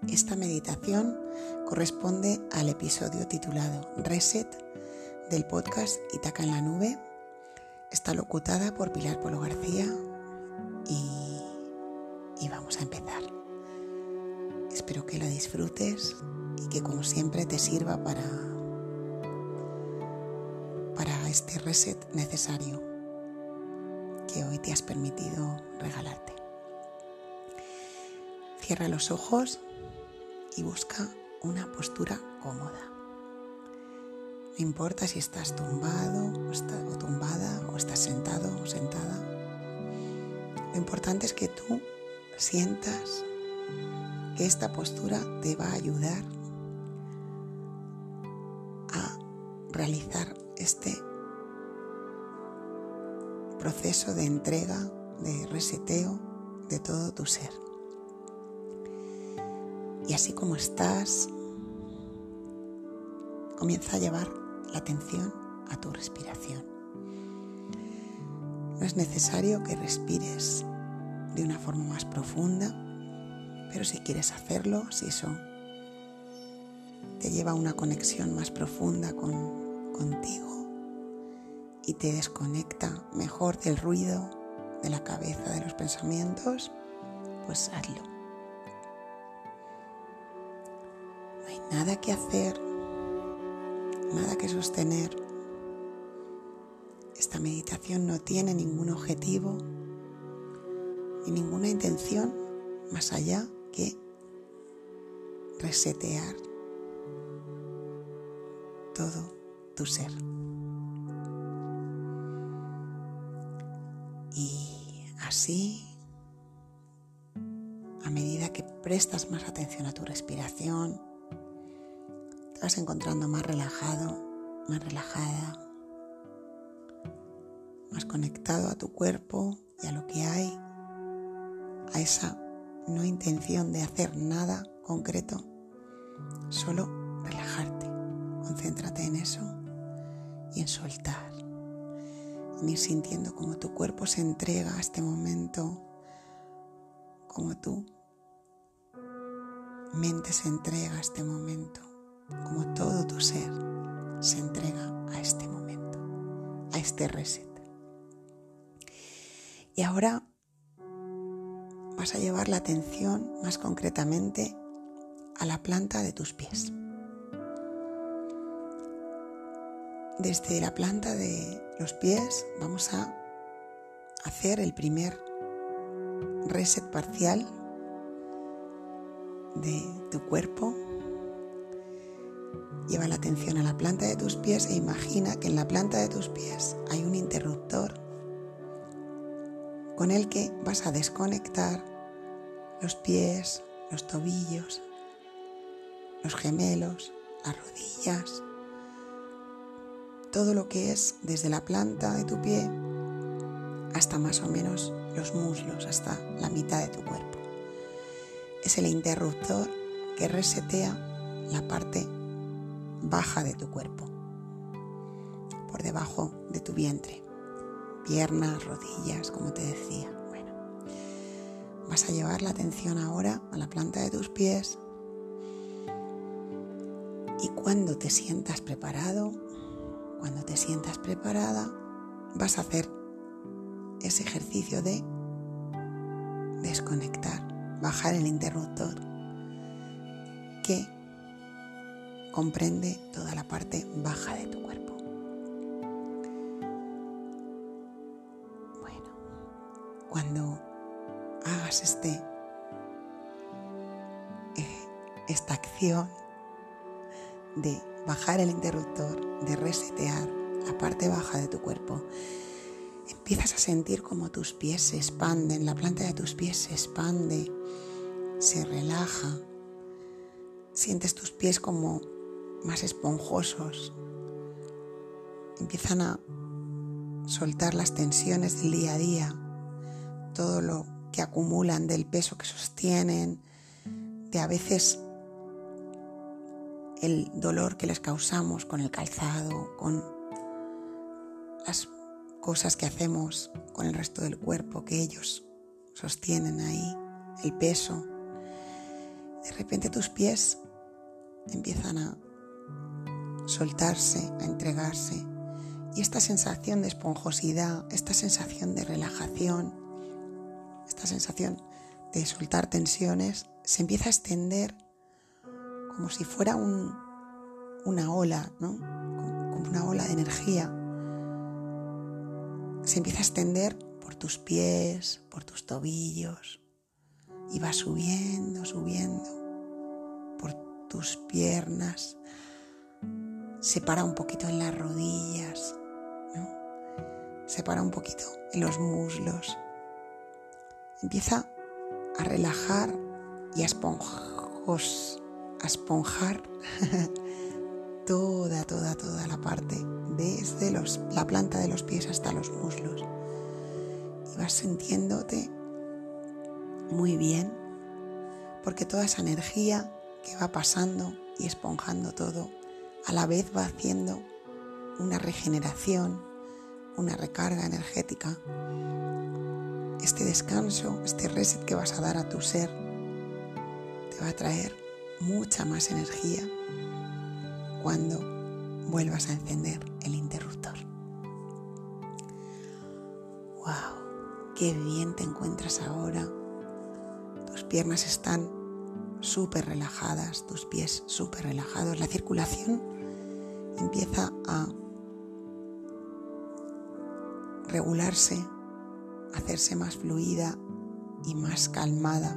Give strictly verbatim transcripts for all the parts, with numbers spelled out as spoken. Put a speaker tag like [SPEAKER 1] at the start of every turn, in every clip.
[SPEAKER 1] Esta meditación corresponde al episodio titulado Reset del podcast Ítaca en la Nube. Está locutada por Pilar Polo García y, y vamos a empezar. Espero que la disfrutes y que como siempre te sirva para, para este reset necesario que hoy te has permitido regalarte. Cierra los ojos y busca una postura cómoda. No importa si estás tumbado o, está, o tumbada o estás sentado o sentada. Lo importante es que tú sientas que esta postura te va a ayudar a realizar este proceso de entrega, de reseteo de todo tu ser. Y así como estás, comienza a llevar la atención a tu respiración. No es necesario que respires de una forma más profunda, pero si quieres hacerlo, si eso te lleva a una conexión más profunda con, contigo y te desconecta mejor del ruido de la cabeza, de los pensamientos, pues hazlo. No hay nada que hacer, nada que sostener. Esta meditación no tiene ningún objetivo ni ninguna intención más allá que resetear todo tu ser. Y así, a medida que prestas más atención a tu respiración, te vas encontrando más relajado, más relajada, más conectado a tu cuerpo y a lo que hay, a esa no intención de hacer nada concreto, solo relajarte. Concéntrate en eso y en soltar, en ir sintiendo cómo tu cuerpo se entrega a este momento, cómo tu mente se entrega a este momento, como todo tu ser se entrega a este momento, a este reset. Y ahora vas a llevar la atención más concretamente a la planta de tus pies. Desde la planta de los pies vamos a hacer el primer reset parcial de tu cuerpo. Lleva la atención a la planta de tus pies e imagina que en la planta de tus pies hay un interruptor con el que vas a desconectar los pies, los tobillos, los gemelos, las rodillas, todo lo que es desde la planta de tu pie hasta más o menos los muslos, hasta la mitad de tu cuerpo. Es el interruptor que resetea la parte baja de tu cuerpo, por debajo de tu vientre, piernas, rodillas, como te decía. Bueno, vas a llevar la atención ahora a la planta de tus pies y cuando te sientas preparado, cuando te sientas preparada, vas a hacer ese ejercicio de desconectar, bajar el interruptor que comprende toda la parte baja de tu cuerpo. Bueno, cuando hagas este, eh, esta acción de bajar el interruptor, de resetear la parte baja de tu cuerpo, empiezas a sentir como tus pies se expanden, la planta de tus pies se expande, se relaja, sientes tus pies como más esponjosos, empiezan a soltar las tensiones del día a día, todo lo que acumulan del peso que sostienen, de a veces el dolor que les causamos con el calzado, con las cosas que hacemos con el resto del cuerpo que ellos sostienen ahí, el peso. de repente tus pies empiezan a soltarse, a entregarse. Y esta sensación de esponjosidad, esta sensación de relajación, esta sensación de soltar tensiones, se empieza a extender como si fuera un, una ola, ¿no? Como una ola de energía. Se empieza a extender por tus pies, por tus tobillos, y va subiendo, subiendo por tus piernas. Se para un poquito en las rodillas, ¿no? Se para un poquito en los muslos. Empieza a relajar y a, esponjos, a esponjar toda, toda, toda la parte, desde los, la planta de los pies hasta los muslos. Y vas sintiéndote muy bien, porque toda esa energía que va pasando y esponjando todo, a la vez va haciendo una regeneración, una recarga energética. Este descanso, este reset que vas a dar a tu ser, te va a traer mucha más energía cuando vuelvas a encender el interruptor. ¡Wow! ¡Qué bien te encuentras ahora! Tus piernas están súper relajadas, tus pies súper relajados. La circulación empieza a regularse, a hacerse más fluida y más calmada,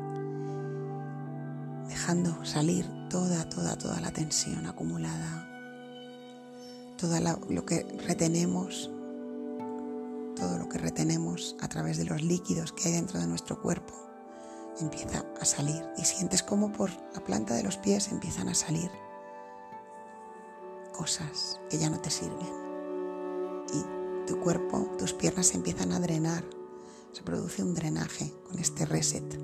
[SPEAKER 1] dejando salir toda, toda, toda la tensión acumulada, todo lo que retenemos, todo lo que retenemos a través de los líquidos que hay dentro de nuestro cuerpo, empieza a salir, y sientes como por la planta de los pies empiezan a salir cosas que ya no te sirven, y tu cuerpo, tus piernas se empiezan a drenar. Se produce un drenaje con este reset.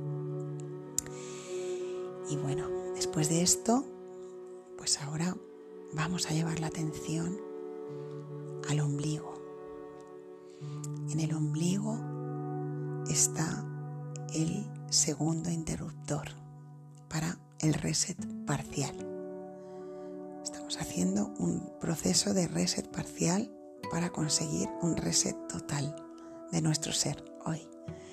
[SPEAKER 1] Y bueno, después de esto, pues ahora vamos a llevar la atención al ombligo. En el ombligo está el segundo interruptor para el reset parcial. Estamos haciendo un proceso de reset parcial para conseguir un reset total de nuestro ser hoy.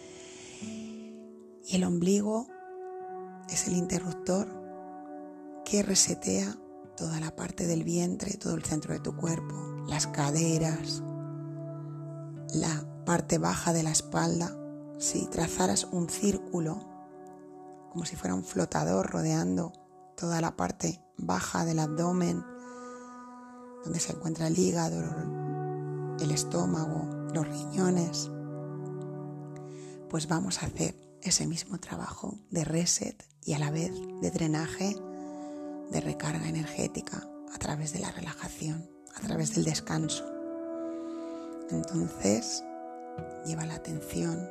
[SPEAKER 1] Y el ombligo es el interruptor que resetea toda la parte del vientre, todo el centro de tu cuerpo, las caderas, la parte baja de la espalda. Si trazaras un círculo, como si fuera un flotador rodeando toda la parte baja del abdomen, donde se encuentra el hígado, el estómago, los riñones, pues vamos a hacer ese mismo trabajo de reset y a la vez de drenaje, de recarga energética a través de la relajación, a través del descanso. Entonces, lleva la atención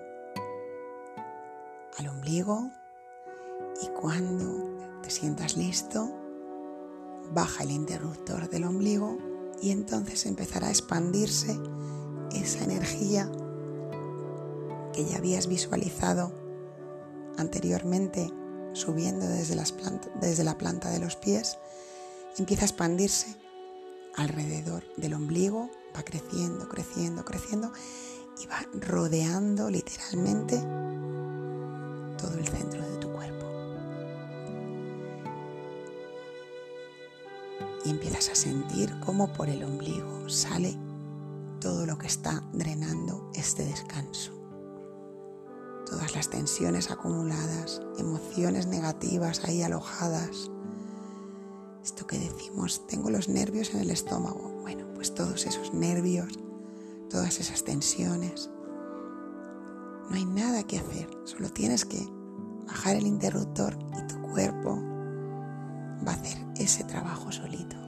[SPEAKER 1] al ombligo y cuando te sientas listo, baja el interruptor del ombligo y entonces empezará a expandirse esa energía que ya habías visualizado anteriormente subiendo desde, las planta, desde la planta de los pies. Empieza a expandirse alrededor del ombligo, va creciendo, creciendo, creciendo y va rodeando literalmente todo el centro de tu cuerpo. Y empiezas a sentir cómo por el ombligo sale todo lo que está drenando este descanso. Todas las tensiones acumuladas, emociones negativas ahí alojadas. Esto que decimos, tengo los nervios en el estómago. Bueno, pues todos esos nervios, todas esas tensiones. No hay nada que hacer, solo tienes que bajar el interruptor y tu cuerpo va a hacer ese trabajo solito.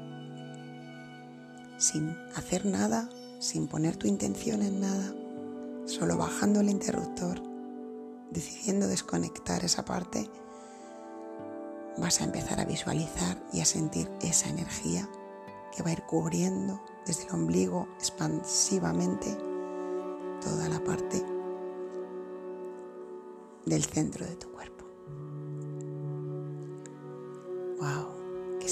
[SPEAKER 1] Sin hacer nada, sin poner tu intención en nada, solo bajando el interruptor, decidiendo desconectar esa parte, vas a empezar a visualizar y a sentir esa energía que va a ir cubriendo desde el ombligo expansivamente toda la parte del centro de tu cuerpo.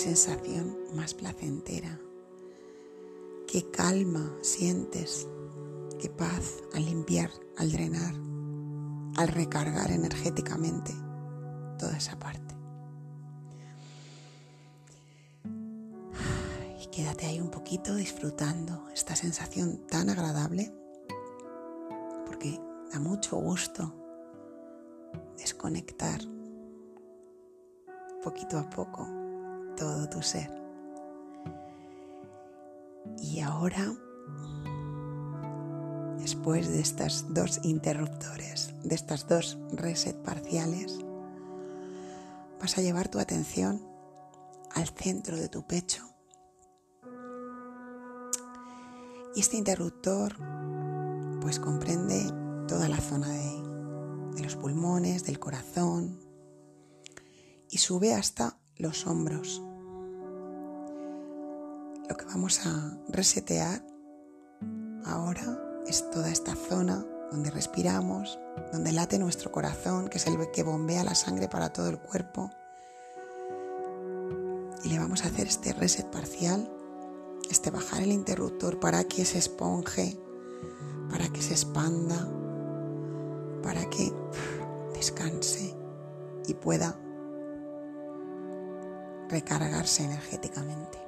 [SPEAKER 1] sensación más placentera. Qué calma sientes, qué paz al limpiar, al drenar, al recargar energéticamente toda esa parte. Y quédate ahí un poquito disfrutando esta sensación tan agradable, porque da mucho gusto desconectar poquito a poco todo tu ser. Y ahora, después de estas dos interruptores, de estas dos reset parciales, vas a llevar tu atención al centro de tu pecho. Y este interruptor pues comprende toda la zona de, de los pulmones, del corazón, y sube hasta los hombros. Lo que vamos a resetear ahora es toda esta zona donde respiramos, donde late nuestro corazón, que es el que bombea la sangre para todo el cuerpo. Y le vamos a hacer este reset parcial, este bajar el interruptor para que se esponje, para que se expanda, para que uf, descanse y pueda recargarse energéticamente.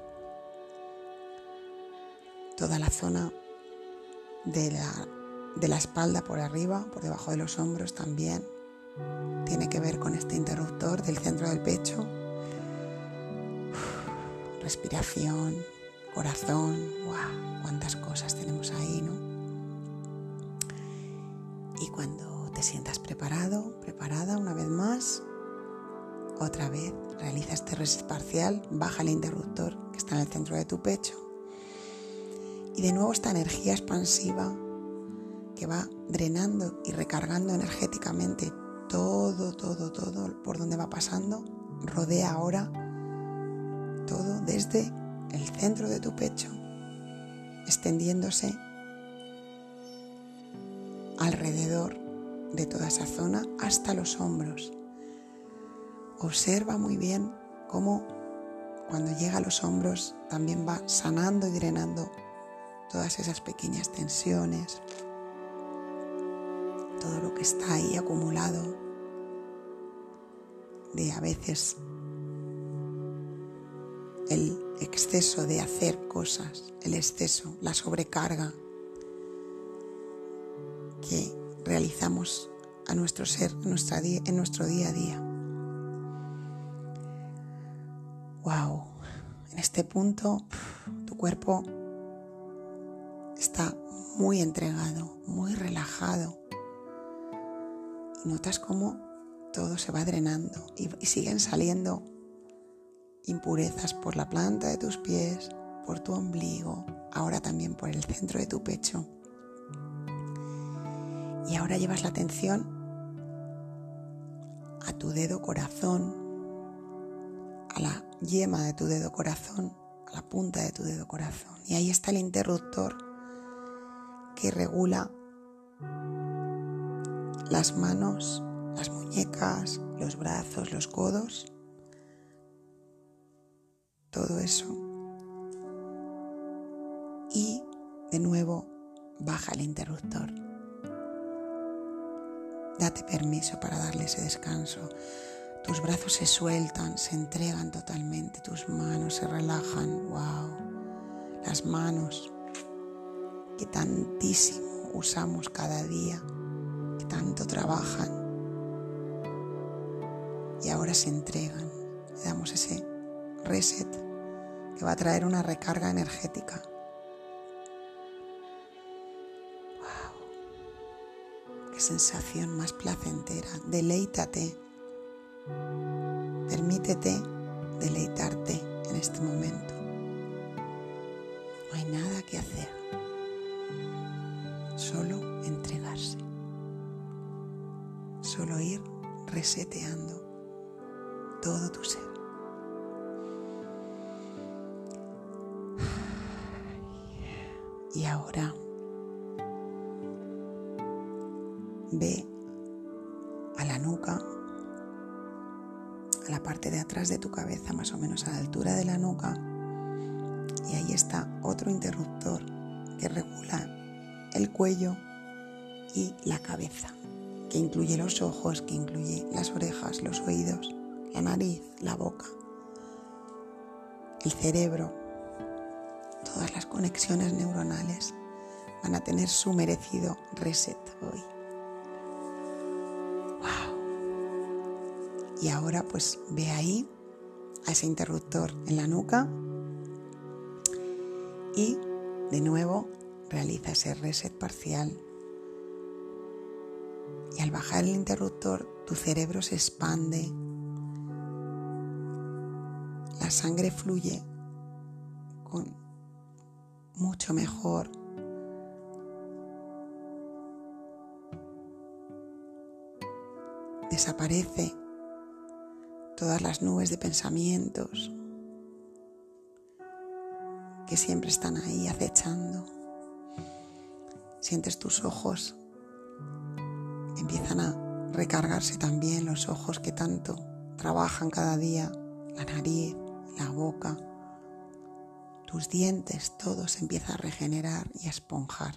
[SPEAKER 1] Toda la zona de la, de la espalda por arriba, por debajo de los hombros también, tiene que ver con este interruptor del centro del pecho. Uf, respiración, corazón, ¡guau! Cuántas cosas tenemos ahí, ¿no? Y cuando te sientas preparado, preparada una vez más, otra vez realiza este reset parcial, baja el interruptor que está en el centro de tu pecho. Y de nuevo esta energía expansiva que va drenando y recargando energéticamente todo, todo, todo por donde va pasando, rodea ahora todo desde el centro de tu pecho, extendiéndose alrededor de toda esa zona hasta los hombros. Observa muy bien cómo cuando llega a los hombros también va sanando y drenando todas esas pequeñas tensiones, todo lo que está ahí acumulado de a veces el exceso de hacer cosas, el exceso, la sobrecarga que realizamos a nuestro ser, en, nuestra di- en nuestro día a día. Wow, en este punto tu cuerpo está muy entregado, muy relajado, y notas cómo todo se va drenando y, y siguen saliendo impurezas por la planta de tus pies, por tu ombligo, ahora también por el centro de tu pecho. Y ahora llevas la atención a tu dedo corazón, a la yema de tu dedo corazón, a la punta de tu dedo corazón. Y ahí está el interruptor que regula las manos, las muñecas, los brazos, los codos, todo eso. Y de nuevo baja el interruptor. Date permiso para darle ese descanso. Tus brazos se sueltan, se entregan totalmente, tus manos se relajan. ¡Wow! Las manos que tantísimo usamos cada día, que tanto trabajan, y ahora se entregan. Le damos ese reset que va a traer una recarga energética. ¡Wow! ¡Qué sensación más placentera! Deleítate. Permítete deleitarte en este momento. No hay nada que hacer, solo entregarse, solo ir reseteando todo tu ser. Y ahora ve a la nuca, a la parte de atrás de tu cabeza, más o menos a la altura de la nuca. Y ahí está otro interruptor que regula el cuello y la cabeza, que incluye los ojos, que incluye las orejas, los oídos, la nariz, la boca, el cerebro. Todas las conexiones neuronales van a tener su merecido reset hoy. ¡Wow! Y ahora pues ve ahí a ese interruptor en la nuca y de nuevo realiza ese reset parcial. Y al bajar el interruptor, tu cerebro se expande, la sangre fluye con mucho mejor. Desaparece todas las nubes de pensamientos que siempre están ahí acechando. Sientes tus ojos, empiezan a recargarse también los ojos que tanto trabajan cada día, la nariz, la boca, tus dientes, todo se empieza a regenerar y a esponjar.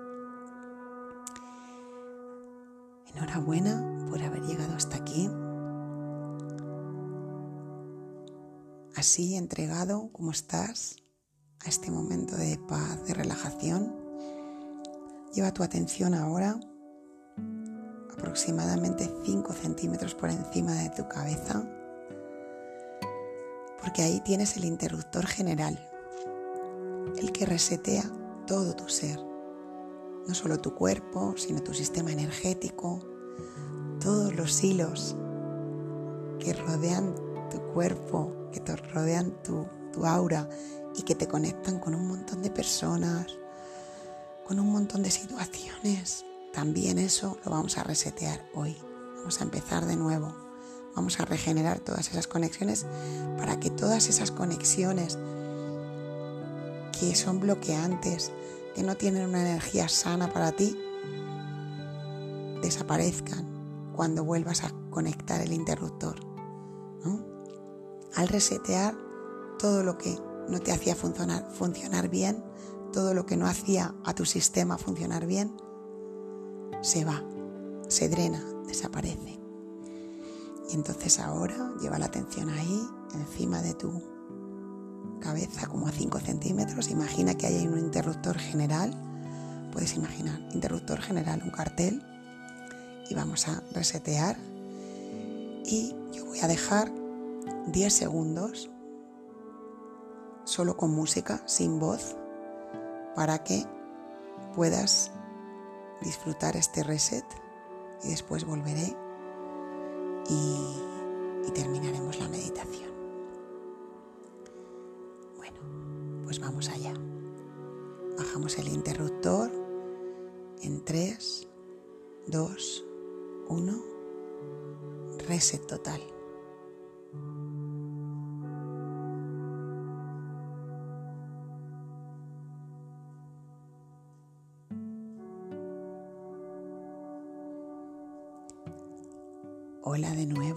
[SPEAKER 1] Enhorabuena por haber llegado hasta aquí. Así, entregado como estás a este momento de paz, de relajación, lleva tu atención ahora aproximadamente cinco centímetros por encima de tu cabeza, porque ahí tienes el interruptor general, el que resetea todo tu ser, no solo tu cuerpo, sino tu sistema energético, todos los hilos que rodean tu cuerpo, que te rodean tu, tu aura y que te conectan con un montón de personas, con un montón de situaciones. También eso lo vamos a resetear hoy. Vamos a empezar de nuevo. Vamos a regenerar todas esas conexiones para que todas esas conexiones que son bloqueantes, que no tienen una energía sana para ti, desaparezcan cuando vuelvas a conectar el interruptor, ¿no? Al resetear todo lo que no te hacía funcionar, funcionar bien, todo lo que no hacía a tu sistema funcionar bien, se va, se drena, desaparece. Y entonces ahora lleva la atención ahí, encima de tu cabeza, como a cinco centímetros. Imagina que hay un interruptor general. Puedes imaginar, interruptor general, un cartel. Y vamos a resetear. Y yo voy a dejar diez segundos solo con música, sin voz, para que puedas disfrutar este reset. Y después volveré y, y terminaremos la meditación. Bueno, pues vamos allá. Bajamos el interruptor en tres, dos, uno. Reset total. Hola de nuevo.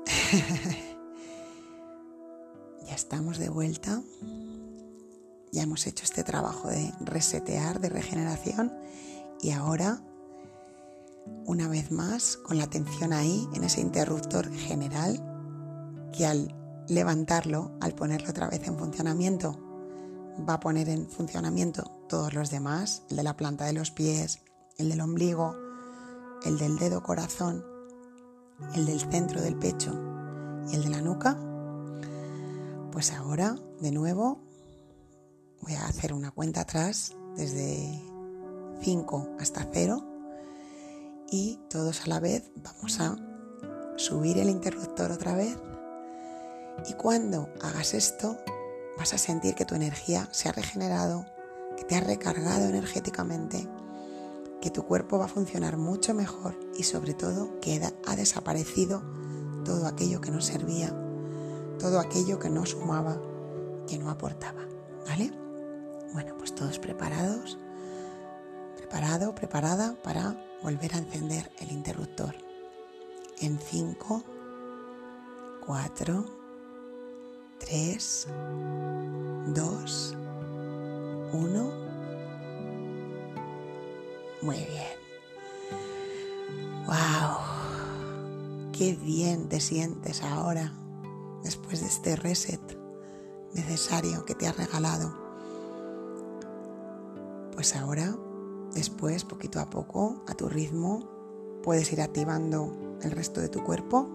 [SPEAKER 1] Ya estamos de vuelta. Ya hemos hecho este trabajo de resetear, de regeneración, y ahora, una vez más, con la atención ahí, en ese interruptor general, que al levantarlo, al ponerlo otra vez en funcionamiento, va a poner en funcionamiento todos los demás, el de la planta de los pies, el del ombligo, el del dedo corazón, el del centro del pecho y el de la nuca. Pues ahora, de nuevo, voy a hacer una cuenta atrás desde cinco hasta cero y todos a la vez vamos a subir el interruptor otra vez. Y cuando hagas esto, vas a sentir que tu energía se ha regenerado, que te has recargado energéticamente, que tu cuerpo va a funcionar mucho mejor y sobre todo que ha desaparecido todo aquello que no servía, todo aquello que no sumaba, que no aportaba, ¿vale? Bueno, pues todos preparados, preparado, preparada para volver a encender el interruptor. En cinco, cuatro, tres, dos, uno. Muy bien. ¡Wow! ¡Qué bien te sientes ahora después de este reset necesario que te has regalado! Pues ahora, después, poquito a poco, a tu ritmo, puedes ir activando el resto de tu cuerpo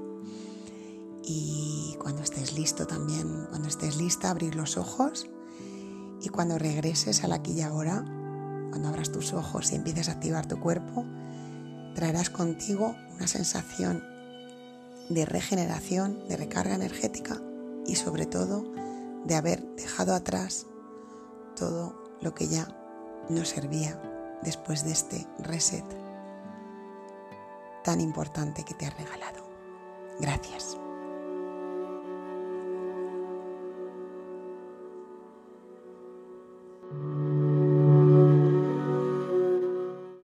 [SPEAKER 1] y cuando estés listo también, cuando estés lista, abrir los ojos y cuando regreses al aquí y ahora, cuando abras tus ojos y empieces a activar tu cuerpo, traerás contigo una sensación de regeneración, de recarga energética y sobre todo de haber dejado atrás todo lo que ya no servía después de este reset tan importante que te has regalado. Gracias.